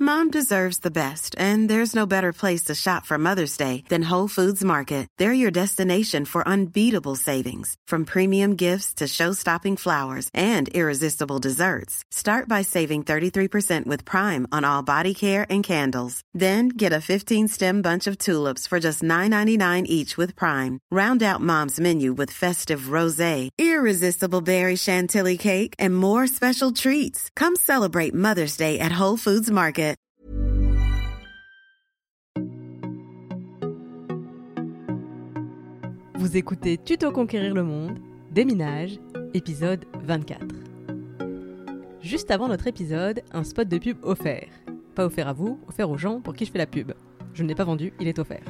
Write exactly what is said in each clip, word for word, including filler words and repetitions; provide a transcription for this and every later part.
Mom deserves the best, and there's no better place to shop for Mother's Day than Whole Foods Market. They're your destination for unbeatable savings, from premium gifts to show-stopping flowers and irresistible desserts. Start by saving thirty-three percent with Prime on all body care and candles. Then get a fifteen-stem bunch of tulips for just nine ninety-nine each with Prime. Round out Mom's menu with festive rosé, irresistible berry chantilly cake, and more special treats. Come celebrate Mother's Day at Whole Foods Market. Vous écoutez Tuto Conquérir le Monde, Déminage, épisode vingt-quatre. Juste avant notre épisode, un spot de pub offert. Pas offert à vous, offert aux gens pour qui je fais la pub. Je ne l'ai pas vendu, il est offert.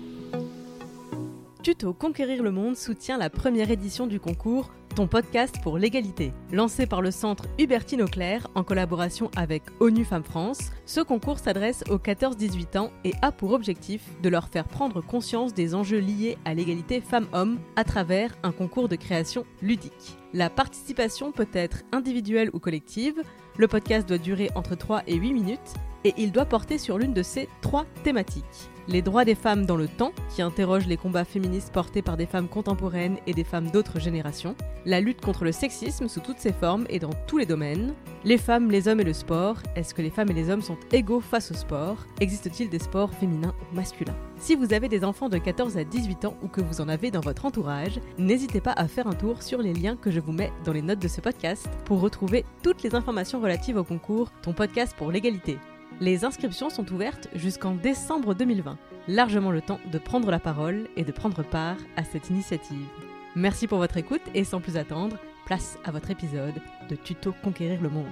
Tuto Conquérir le Monde soutient la première édition du concours Ton podcast pour l'égalité. Lancé par le centre Hubertine Auclair en collaboration avec ONU Femmes France, ce concours s'adresse aux quatorze dix-huit ans et a pour objectif de leur faire prendre conscience des enjeux liés à l'égalité femmes-hommes à travers un concours de création ludique. La participation peut être individuelle ou collective, le podcast doit durer entre trois et huit minutes et il doit porter sur l'une de ces trois thématiques. Les droits des femmes dans le temps, qui interroge les combats féministes portés par des femmes contemporaines et des femmes d'autres générations. La lutte contre le sexisme sous toutes ses formes et dans tous les domaines. Les femmes, les hommes et le sport. Est-ce que les femmes et les hommes sont égaux face au sport ? Existe-t-il des sports féminins ou masculins ? Si vous avez des enfants de quatorze à dix-huit ans ou que vous en avez dans votre entourage, n'hésitez pas à faire un tour sur les liens que je vous mets dans les notes de ce podcast pour retrouver toutes les informations relatives au concours Ton podcast pour l'égalité. Les inscriptions sont ouvertes jusqu'en décembre deux mille vingt. Largement le temps de prendre la parole et de prendre part à cette initiative. Merci pour votre écoute et sans plus attendre, place à votre épisode de Tuto Conquérir le Monde.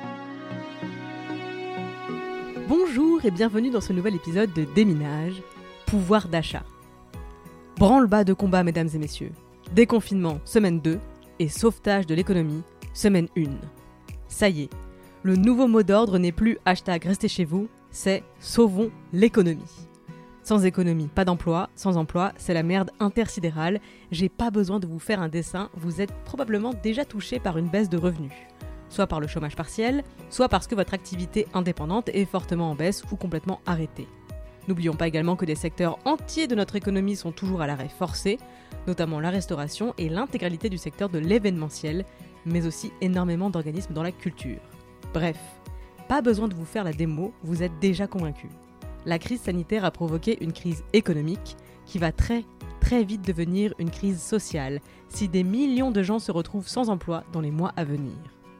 Bonjour et bienvenue dans ce nouvel épisode de Déminage, pouvoir d'achat. Branle-bas de combat, mesdames et messieurs. Déconfinement, semaine deux, et sauvetage de l'économie, semaine un. Ça y est. Le nouveau mot d'ordre n'est plus hashtag restez chez vous, c'est sauvons l'économie. Sans économie, pas d'emploi. Sans emploi, c'est la merde intersidérale. J'ai pas besoin de vous faire un dessin, vous êtes probablement déjà touché par une baisse de revenus. Soit par le chômage partiel, soit parce que votre activité indépendante est fortement en baisse ou complètement arrêtée. N'oublions pas également que des secteurs entiers de notre économie sont toujours à l'arrêt forcé, notamment la restauration et l'intégralité du secteur de l'événementiel, mais aussi énormément d'organismes dans la culture. Bref, pas besoin de vous faire la démo, vous êtes déjà convaincus. La crise sanitaire a provoqué une crise économique qui va très très vite devenir une crise sociale si des millions de gens se retrouvent sans emploi dans les mois à venir.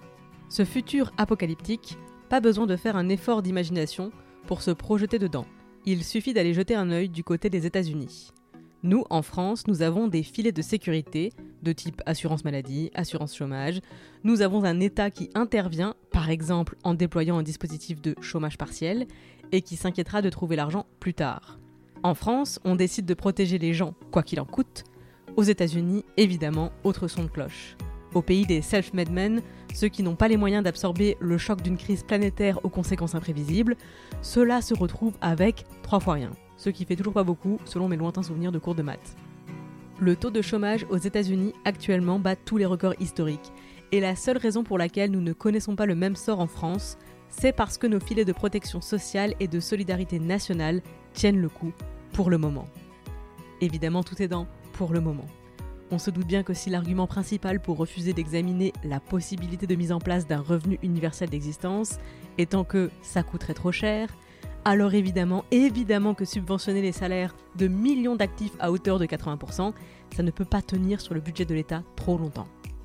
Ce futur apocalyptique, pas besoin de faire un effort d'imagination pour se projeter dedans. Il suffit d'aller jeter un œil du côté des États-Unis. Nous, en France, nous avons des filets de sécurité de type assurance maladie, assurance chômage. Nous avons un État qui intervient, par exemple en déployant un dispositif de chômage partiel, et qui s'inquiétera de trouver l'argent plus tard. En France, on décide de protéger les gens, quoi qu'il en coûte. Aux États-Unis, évidemment, autre son de cloche. Au pays des self-made men, ceux qui n'ont pas les moyens d'absorber le choc d'une crise planétaire aux conséquences imprévisibles, ceux-là se retrouvent avec trois fois rien. Ce qui fait toujours pas beaucoup, selon mes lointains souvenirs de cours de maths. Le taux de chômage aux États-Unis actuellement bat tous les records historiques. Et la seule raison pour laquelle nous ne connaissons pas le même sort en France, c'est parce que nos filets de protection sociale et de solidarité nationale tiennent le coup, pour le moment. Évidemment, tout est dans « pour le moment ». On se doute bien que si l'argument principal pour refuser d'examiner la possibilité de mise en place d'un revenu universel d'existence étant que ça coûterait trop cher, alors évidemment, évidemment que subventionner les salaires de millions d'actifs à hauteur de quatre-vingts pour cent, ça ne peut pas tenir sur le budget de l'État trop longtemps.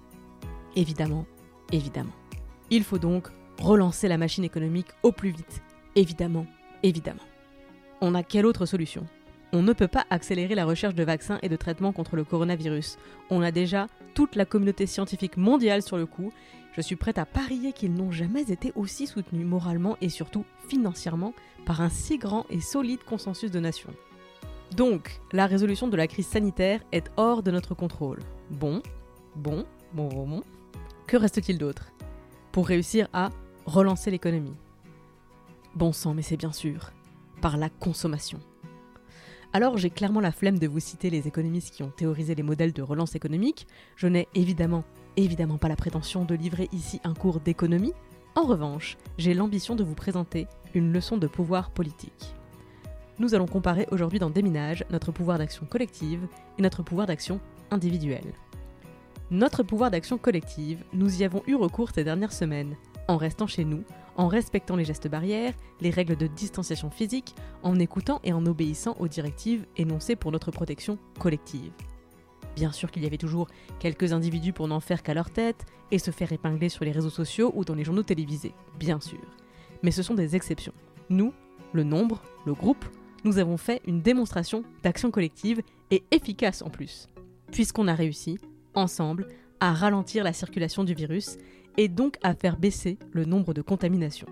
Évidemment, évidemment. Il faut donc relancer la machine économique au plus vite. Évidemment, évidemment. On n'a quelle autre solution ? On ne peut pas accélérer la recherche de vaccins et de traitements contre le coronavirus. On a déjà toute la communauté scientifique mondiale sur le coup. Je suis prête à parier qu'ils n'ont jamais été aussi soutenus moralement et surtout financièrement par un si grand et solide consensus de nations. Donc, la résolution de la crise sanitaire est hors de notre contrôle. Bon, bon, bon, bon, bon. Que reste-t-il d'autre pour réussir à relancer l'économie ? Bon sang, mais c'est bien sûr par la consommation. Alors j'ai clairement la flemme de vous citer les économistes qui ont théorisé les modèles de relance économique. Je n'ai évidemment, évidemment pas la prétention de livrer ici un cours d'économie. En revanche, j'ai l'ambition de vous présenter une leçon de pouvoir politique. Nous allons comparer aujourd'hui dans Déminage notre pouvoir d'action collective et notre pouvoir d'action individuel. Notre pouvoir d'action collective, nous y avons eu recours ces dernières semaines, en restant chez nous, en respectant les gestes barrières, les règles de distanciation physique, en écoutant et en obéissant aux directives énoncées pour notre protection collective. Bien sûr qu'il y avait toujours quelques individus pour n'en faire qu'à leur tête et se faire épingler sur les réseaux sociaux ou dans les journaux télévisés, bien sûr. Mais ce sont des exceptions. Nous, le nombre, le groupe, nous avons fait une démonstration d'action collective et efficace en plus, puisqu'on a réussi, ensemble, à ralentir la circulation du virus et donc à faire baisser le nombre de contaminations.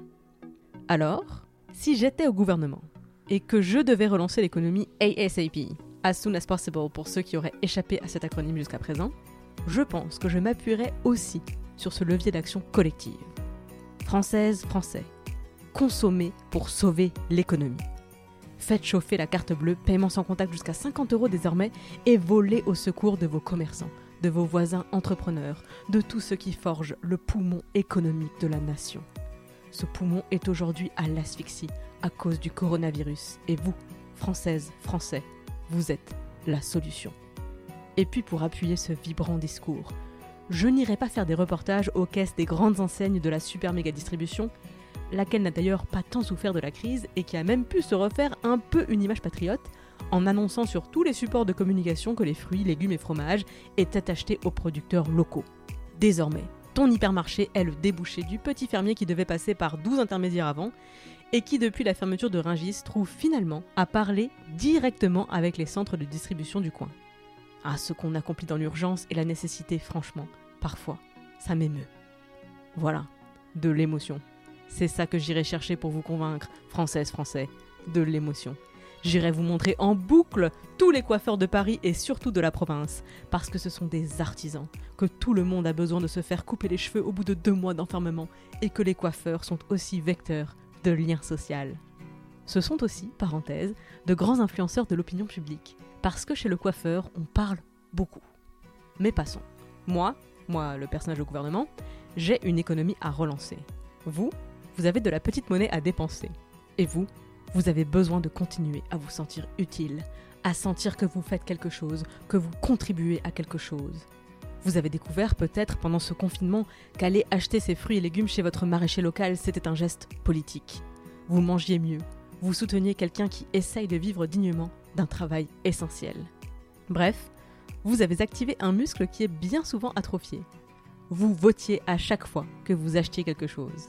Alors, si j'étais au gouvernement et que je devais relancer l'économie ASAP, as soon as possible pour ceux qui auraient échappé à cet acronyme jusqu'à présent, je pense que je m'appuierais aussi sur ce levier d'action collective. Françaises, Français, consommez pour sauver l'économie. Faites chauffer la carte bleue, paiement sans contact jusqu'à cinquante euros désormais, et volez au secours de vos commerçants, de vos voisins entrepreneurs, de tous ceux qui forgent le poumon économique de la nation. Ce poumon est aujourd'hui à l'asphyxie à cause du coronavirus. Et vous, Françaises, Français, vous êtes la solution. Et puis pour appuyer ce vibrant discours, je n'irai pas faire des reportages aux caisses des grandes enseignes de la super méga distribution, laquelle n'a d'ailleurs pas tant souffert de la crise et qui a même pu se refaire un peu une image patriote en annonçant sur tous les supports de communication que les fruits, légumes et fromages étaient achetés aux producteurs locaux. Désormais, ton hypermarché est le débouché du petit fermier qui devait passer par douze intermédiaires avant et qui, depuis la fermeture de Rungis, trouve finalement à parler directement avec les centres de distribution du coin. Ah, ce qu'on accomplit dans l'urgence et la nécessité, franchement, parfois, ça m'émeut. Voilà, de l'émotion. C'est ça que j'irai chercher pour vous convaincre, Françaises, Français, de l'émotion. J'irai vous montrer en boucle tous les coiffeurs de Paris et surtout de la province, parce que ce sont des artisans, que tout le monde a besoin de se faire couper les cheveux au bout de deux mois d'enfermement, et que les coiffeurs sont aussi vecteurs de lien social. Ce sont aussi, parenthèse, de grands influenceurs de l'opinion publique, parce que chez le coiffeur, on parle beaucoup. Mais passons. Moi, moi le personnage au gouvernement, j'ai une économie à relancer. Vous, vous avez de la petite monnaie à dépenser. Et vous, vous avez besoin de continuer à vous sentir utile, à sentir que vous faites quelque chose, que vous contribuez à quelque chose. Vous avez découvert peut-être pendant ce confinement qu'aller acheter ses fruits et légumes chez votre maraîcher local, c'était un geste politique. Vous mangiez mieux, vous souteniez quelqu'un qui essaye de vivre dignement d'un travail essentiel. Bref, vous avez activé un muscle qui est bien souvent atrophié. Vous votiez à chaque fois que vous achetiez quelque chose.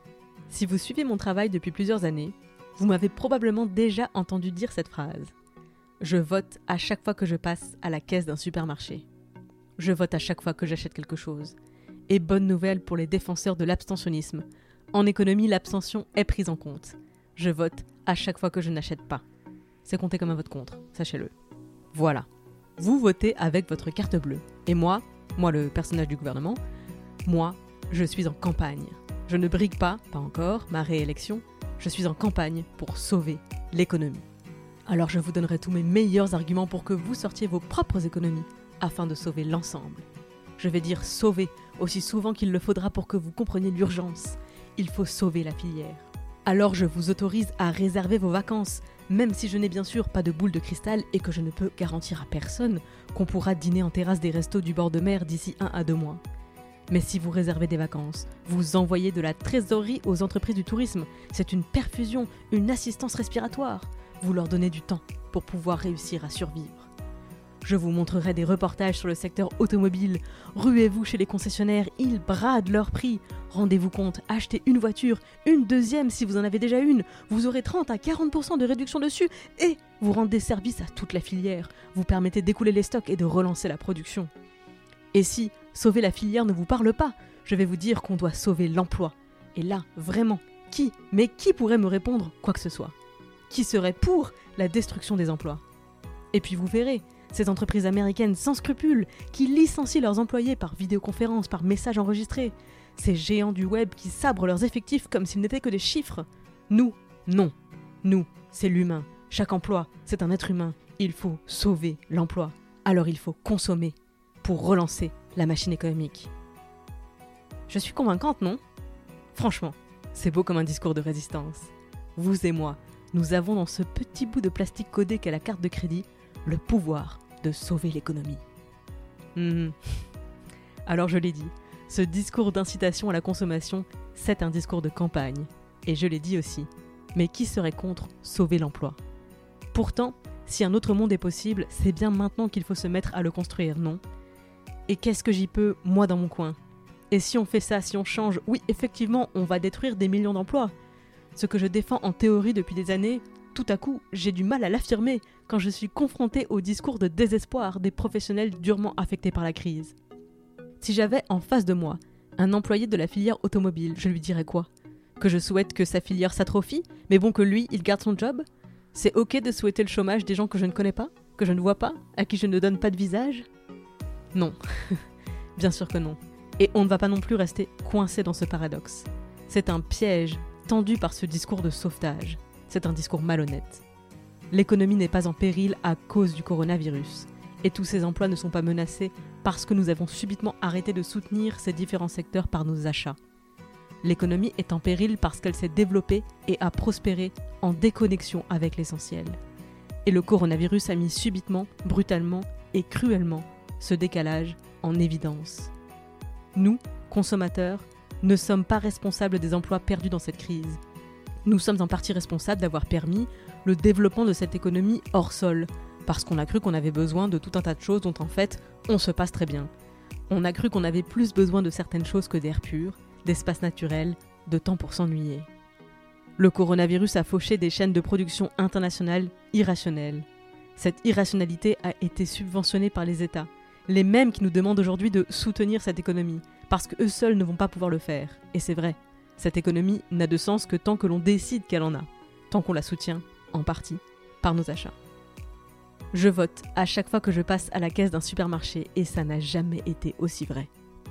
Si vous suivez mon travail depuis plusieurs années, vous m'avez probablement déjà entendu dire cette phrase. Je vote à chaque fois que je passe à la caisse d'un supermarché. Je vote à chaque fois que j'achète quelque chose. Et bonne nouvelle pour les défenseurs de l'abstentionnisme. En économie, l'abstention est prise en compte. Je vote à chaque fois que je n'achète pas. C'est compté comme un vote contre, sachez-le. Voilà. Vous votez avec votre carte bleue. Et moi, moi le personnage du gouvernement, moi, je suis en campagne. Je ne brigue pas, pas encore, ma réélection. Je suis en campagne pour sauver l'économie. Alors je vous donnerai tous mes meilleurs arguments pour que vous sortiez vos propres économies afin de sauver l'ensemble. Je vais dire sauver aussi souvent qu'il le faudra pour que vous compreniez l'urgence. Il faut sauver la filière. Alors je vous autorise à réserver vos vacances, même si je n'ai bien sûr pas de boule de cristal et que je ne peux garantir à personne qu'on pourra dîner en terrasse des restos du bord de mer d'ici un à deux mois. Mais si vous réservez des vacances, vous envoyez de la trésorerie aux entreprises du tourisme. C'est une perfusion, une assistance respiratoire. Vous leur donnez du temps pour pouvoir réussir à survivre. Je vous montrerai des reportages sur le secteur automobile. Ruez-vous chez les concessionnaires, ils bradent leurs prix. Rendez-vous compte, achetez une voiture, une deuxième si vous en avez déjà une. Vous aurez trente à quarante pour cent de réduction dessus et vous rendez service à toute la filière. Vous permettez d'écouler les stocks et de relancer la production. Et si sauver la filière ne vous parle pas, je vais vous dire qu'on doit sauver l'emploi. Et là, vraiment, qui, mais qui pourrait me répondre quoi que ce soit ? Qui serait pour la destruction des emplois ? Et puis vous verrez, ces entreprises américaines sans scrupules qui licencient leurs employés par vidéoconférence, par message enregistré. Ces géants du web qui sabrent leurs effectifs comme s'ils n'étaient que des chiffres. Nous, non. Nous, c'est l'humain. Chaque emploi, c'est un être humain. Il faut sauver l'emploi. Alors il faut consommer pour relancer la machine économique. Je suis convaincante, non ? Franchement, c'est beau comme un discours de résistance. vous et moi, nous avons dans ce petit bout de plastique codé qu'est la carte de crédit le pouvoir de sauver l'économie. Mmh. Alors je l'ai dit, ce discours d'incitation à la consommation, c'est un discours de campagne. Et je l'ai dit aussi, mais qui serait contre sauver l'emploi ? Pourtant, si un autre monde est possible, c'est bien maintenant qu'il faut se mettre à le construire, non ? Et qu'est-ce que j'y peux, moi dans mon coin ? Et si on fait ça, si on change, oui, effectivement, on va détruire des millions d'emplois. Ce que je défends en théorie depuis des années, tout à coup, j'ai du mal à l'affirmer quand je suis confrontée au discours de désespoir des professionnels durement affectés par la crise. Si j'avais en face de moi un employé de la filière automobile, je lui dirais quoi ? Que je souhaite que sa filière s'atrophie, mais bon que lui, il garde son job ? C'est ok de souhaiter le chômage des gens que je ne connais pas, que je ne vois pas, à qui je ne donne pas de visage ? Non, bien sûr que non. Et on ne va pas non plus rester coincé dans ce paradoxe. C'est un piège tendu par ce discours de sauvetage. C'est un discours malhonnête. L'économie n'est pas en péril à cause du coronavirus. Et tous ces emplois ne sont pas menacés parce que nous avons subitement arrêté de soutenir ces différents secteurs par nos achats. L'économie est en péril parce qu'elle s'est développée et a prospéré en déconnexion avec l'essentiel. Et le coronavirus a mis subitement, brutalement et cruellement ce décalage en évidence. Nous, consommateurs, ne sommes pas responsables des emplois perdus dans cette crise. Nous sommes en partie responsables d'avoir permis le développement de cette économie hors sol, parce qu'on a cru qu'on avait besoin de tout un tas de choses dont en fait, on se passe très bien. On a cru qu'on avait plus besoin de certaines choses que d'air pur, d'espace naturel, de temps pour s'ennuyer. Le coronavirus a fauché des chaînes de production internationales irrationnelles. Cette irrationalité a été subventionnée par les États, les mêmes qui nous demandent aujourd'hui de soutenir cette économie, parce qu'eux seuls ne vont pas pouvoir le faire. Et c'est vrai, cette économie n'a de sens que tant que l'on décide qu'elle en a, tant qu'on la soutient, en partie, par nos achats. Je vote à chaque fois que je passe à la caisse d'un supermarché, et ça n'a jamais été aussi vrai.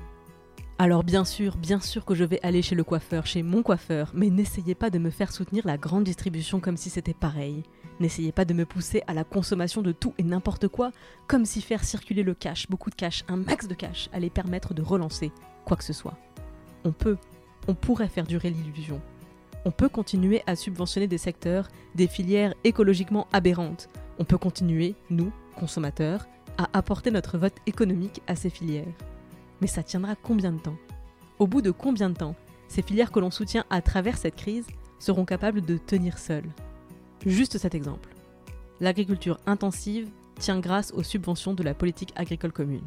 Alors bien sûr, bien sûr que je vais aller chez le coiffeur, chez mon coiffeur, mais n'essayez pas de me faire soutenir la grande distribution comme si c'était pareil. N'essayez pas de me pousser à la consommation de tout et n'importe quoi, comme si faire circuler le cash, beaucoup de cash, un max de cash, allait permettre de relancer quoi que ce soit. On peut, on pourrait faire durer l'illusion. On peut continuer à subventionner des secteurs, des filières écologiquement aberrantes. On peut continuer, nous, consommateurs, à apporter notre vote économique à ces filières. Mais ça tiendra combien de temps ? Au bout de combien de temps ces filières que l'on soutient à travers cette crise seront capables de tenir seules ? Juste cet exemple. L'agriculture intensive tient grâce aux subventions de la politique agricole commune.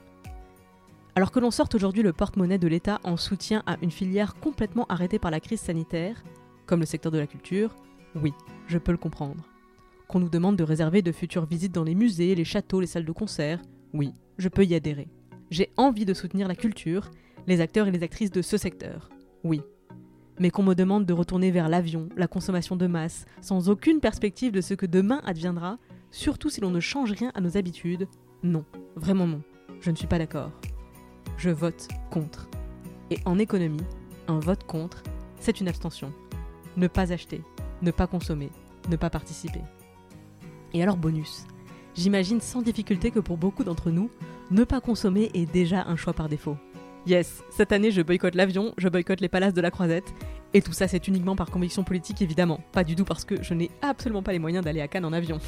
Alors que l'on sorte aujourd'hui le porte-monnaie de l'État en soutien à une filière complètement arrêtée par la crise sanitaire, comme le secteur de la culture, oui, je peux le comprendre. Qu'on nous demande de réserver de futures visites dans les musées, les châteaux, les salles de concert, oui, je peux y adhérer. J'ai envie de soutenir la culture, les acteurs et les actrices de ce secteur, oui. Mais qu'on me demande de retourner vers l'avion, la consommation de masse, sans aucune perspective de ce que demain adviendra, surtout si l'on ne change rien à nos habitudes, non, vraiment non, je ne suis pas d'accord. Je vote contre. Et en économie, un vote contre, c'est une abstention. Ne pas acheter, ne pas consommer, ne pas participer. Et alors bonus, j'imagine sans difficulté que pour beaucoup d'entre nous, ne pas consommer est déjà un choix par défaut. Yes, cette année je boycotte l'avion, je boycotte les palaces de la Croisette, et tout ça c'est uniquement par conviction politique évidemment, pas du tout parce que je n'ai absolument pas les moyens d'aller à Cannes en avion.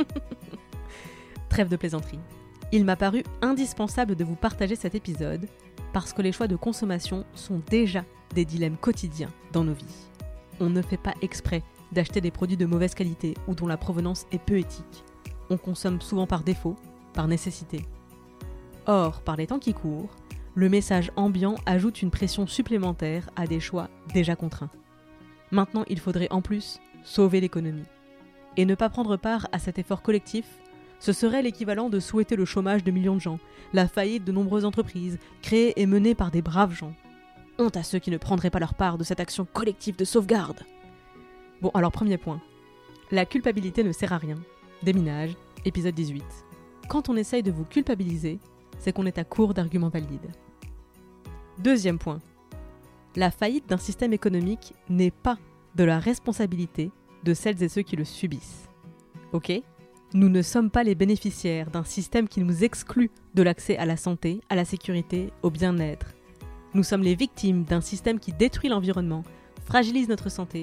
Trêve de plaisanterie. Il m'a paru indispensable de vous partager cet épisode, parce que les choix de consommation sont déjà des dilemmes quotidiens dans nos vies. On ne fait pas exprès d'acheter des produits de mauvaise qualité ou dont la provenance est peu éthique. On consomme souvent par défaut, par nécessité. Or, par les temps qui courent, le message ambiant ajoute une pression supplémentaire à des choix déjà contraints. Maintenant, il faudrait en plus sauver l'économie. Et ne pas prendre part à cet effort collectif, ce serait l'équivalent de souhaiter le chômage de millions de gens, la faillite de nombreuses entreprises, créées et menées par des braves gens. Honte à ceux qui ne prendraient pas leur part de cette action collective de sauvegarde. Bon, alors premier point. La culpabilité ne sert à rien. Déminage, épisode dix-huit. Quand on essaye de vous culpabiliser, c'est qu'on est à court d'arguments valides. Deuxième point. La faillite d'un système économique n'est pas de la responsabilité de celles et ceux qui le subissent. Ok ? Nous ne sommes pas les bénéficiaires d'un système qui nous exclut de l'accès à la santé, à la sécurité, au bien-être. Nous sommes les victimes d'un système qui détruit l'environnement, fragilise notre santé,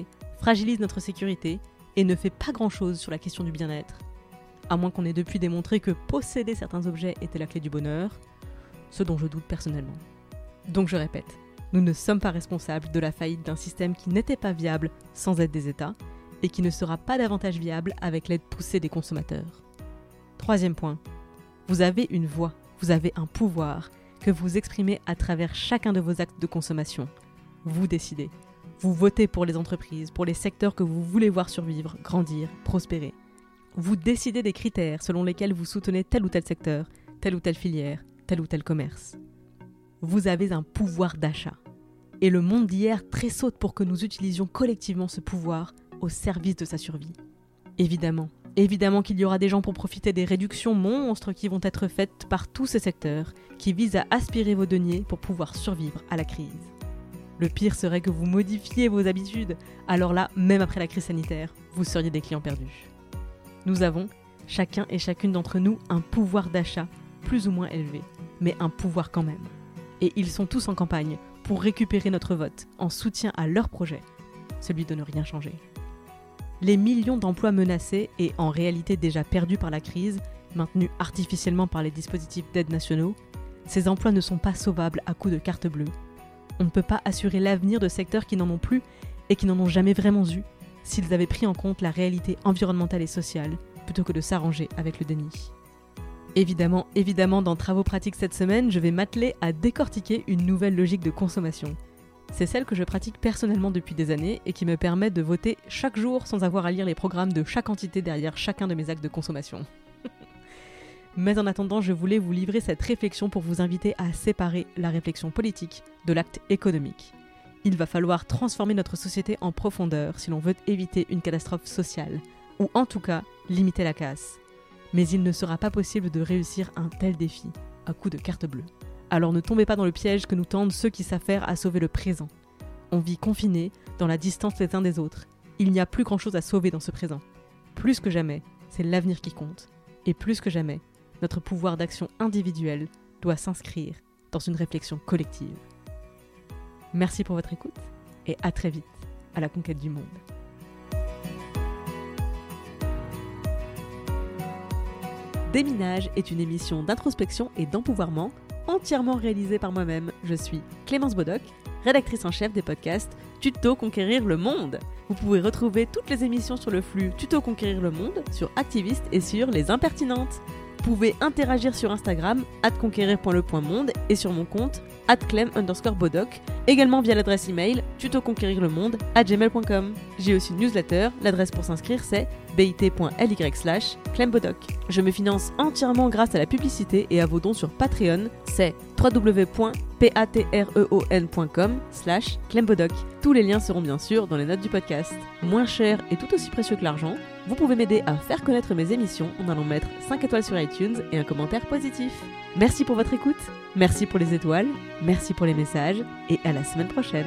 fragilise notre sécurité et ne fait pas grand-chose sur la question du bien-être, à moins qu'on ait depuis démontré que posséder certains objets était la clé du bonheur, ce dont je doute personnellement. Donc je répète, nous ne sommes pas responsables de la faillite d'un système qui n'était pas viable sans aide des États et qui ne sera pas davantage viable avec l'aide poussée des consommateurs. Troisième point, vous avez une voix, vous avez un pouvoir que vous exprimez à travers chacun de vos actes de consommation. Vous décidez. Vous votez pour les entreprises, pour les secteurs que vous voulez voir survivre, grandir, prospérer. Vous décidez des critères selon lesquels vous soutenez tel ou tel secteur, telle ou telle filière, tel ou tel commerce. Vous avez un pouvoir d'achat. Et le monde d'hier tressaute pour que nous utilisions collectivement ce pouvoir au service de sa survie. Évidemment, évidemment qu'il y aura des gens pour profiter des réductions monstres qui vont être faites par tous ces secteurs, qui visent à aspirer vos deniers pour pouvoir survivre à la crise. Le pire serait que vous modifiez vos habitudes, alors là, même après la crise sanitaire, vous seriez des clients perdus. Nous avons, chacun et chacune d'entre nous, un pouvoir d'achat plus ou moins élevé, mais un pouvoir quand même. Et ils sont tous en campagne pour récupérer notre vote en soutien à leur projet, celui de ne rien changer. Les millions d'emplois menacés et en réalité déjà perdus par la crise, maintenus artificiellement par les dispositifs d'aide nationaux, ces emplois ne sont pas sauvables à coups de carte bleue. On ne peut pas assurer l'avenir de secteurs qui n'en ont plus et qui n'en ont jamais vraiment eu s'ils avaient pris en compte la réalité environnementale et sociale plutôt que de s'arranger avec le déni. Évidemment, évidemment, dans Travaux pratiques cette semaine, je vais m'atteler à décortiquer une nouvelle logique de consommation. C'est celle que je pratique personnellement depuis des années et qui me permet de voter chaque jour sans avoir à lire les programmes de chaque entité derrière chacun de mes actes de consommation. Mais en attendant, je voulais vous livrer cette réflexion pour vous inviter à séparer la réflexion politique de l'acte économique. Il va falloir transformer notre société en profondeur si l'on veut éviter une catastrophe sociale, ou en tout cas limiter la casse. Mais il ne sera pas possible de réussir un tel défi à coup de carte bleue. Alors ne tombez pas dans le piège que nous tendent ceux qui s'affairent à sauver le présent. On vit confinés, dans la distance les uns des autres. Il n'y a plus grand-chose à sauver dans ce présent. Plus que jamais, c'est l'avenir qui compte. Et plus que jamais, notre pouvoir d'action individuelle doit s'inscrire dans une réflexion collective. Merci pour votre écoute et à très vite à la conquête du monde. Déminage est une émission d'introspection et d'empouvoirment entièrement réalisée par moi-même. Je suis Clémence Bodoc, rédactrice en chef des podcasts Tuto Conquérir le Monde. Vous pouvez retrouver toutes les émissions sur le flux Tuto Conquérir le Monde, sur Activiste et sur Les Impertinentes. Vous pouvez interagir sur Instagram arobase conquérir point le point monde et sur mon compte arobase clem underscore bodoc, également via l'adresse email tutoconquérirlemonde arobase gmail point com. J'ai aussi une newsletter, l'adresse pour s'inscrire c'est bit.ly slash clembodoc. Je me finance entièrement grâce à la publicité et à vos dons sur Patreon, c'est w w w point patreon point com slash clembodoc. Tous les liens seront bien sûr dans les notes du podcast. Moins cher et tout aussi précieux que l'argent, vous pouvez m'aider à faire connaître mes émissions en allant mettre cinq étoiles sur iTunes et un commentaire positif. Merci pour votre écoute, merci pour les étoiles, merci pour les messages et à la semaine prochaine.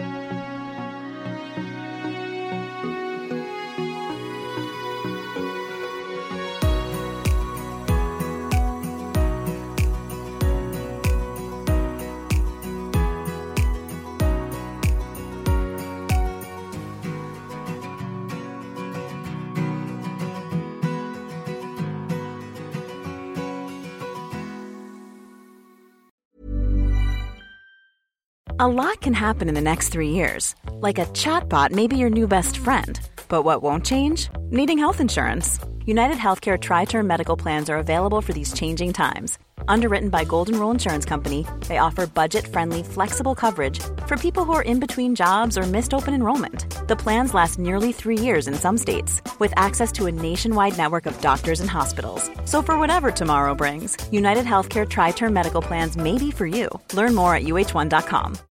A lot can happen in the next three years. Like a chatbot may be your new best friend. But what won't change? Needing health insurance. United Healthcare Tri-Term Medical Plans are available for these changing times. Underwritten by Golden Rule Insurance Company, they offer budget-friendly, flexible coverage for people who are in between jobs or missed open enrollment. The plans last nearly three years in some states, with access to a nationwide network of doctors and hospitals. So for whatever tomorrow brings, United Healthcare Tri-Term Medical Plans may be for you. Learn more at u h one dot com.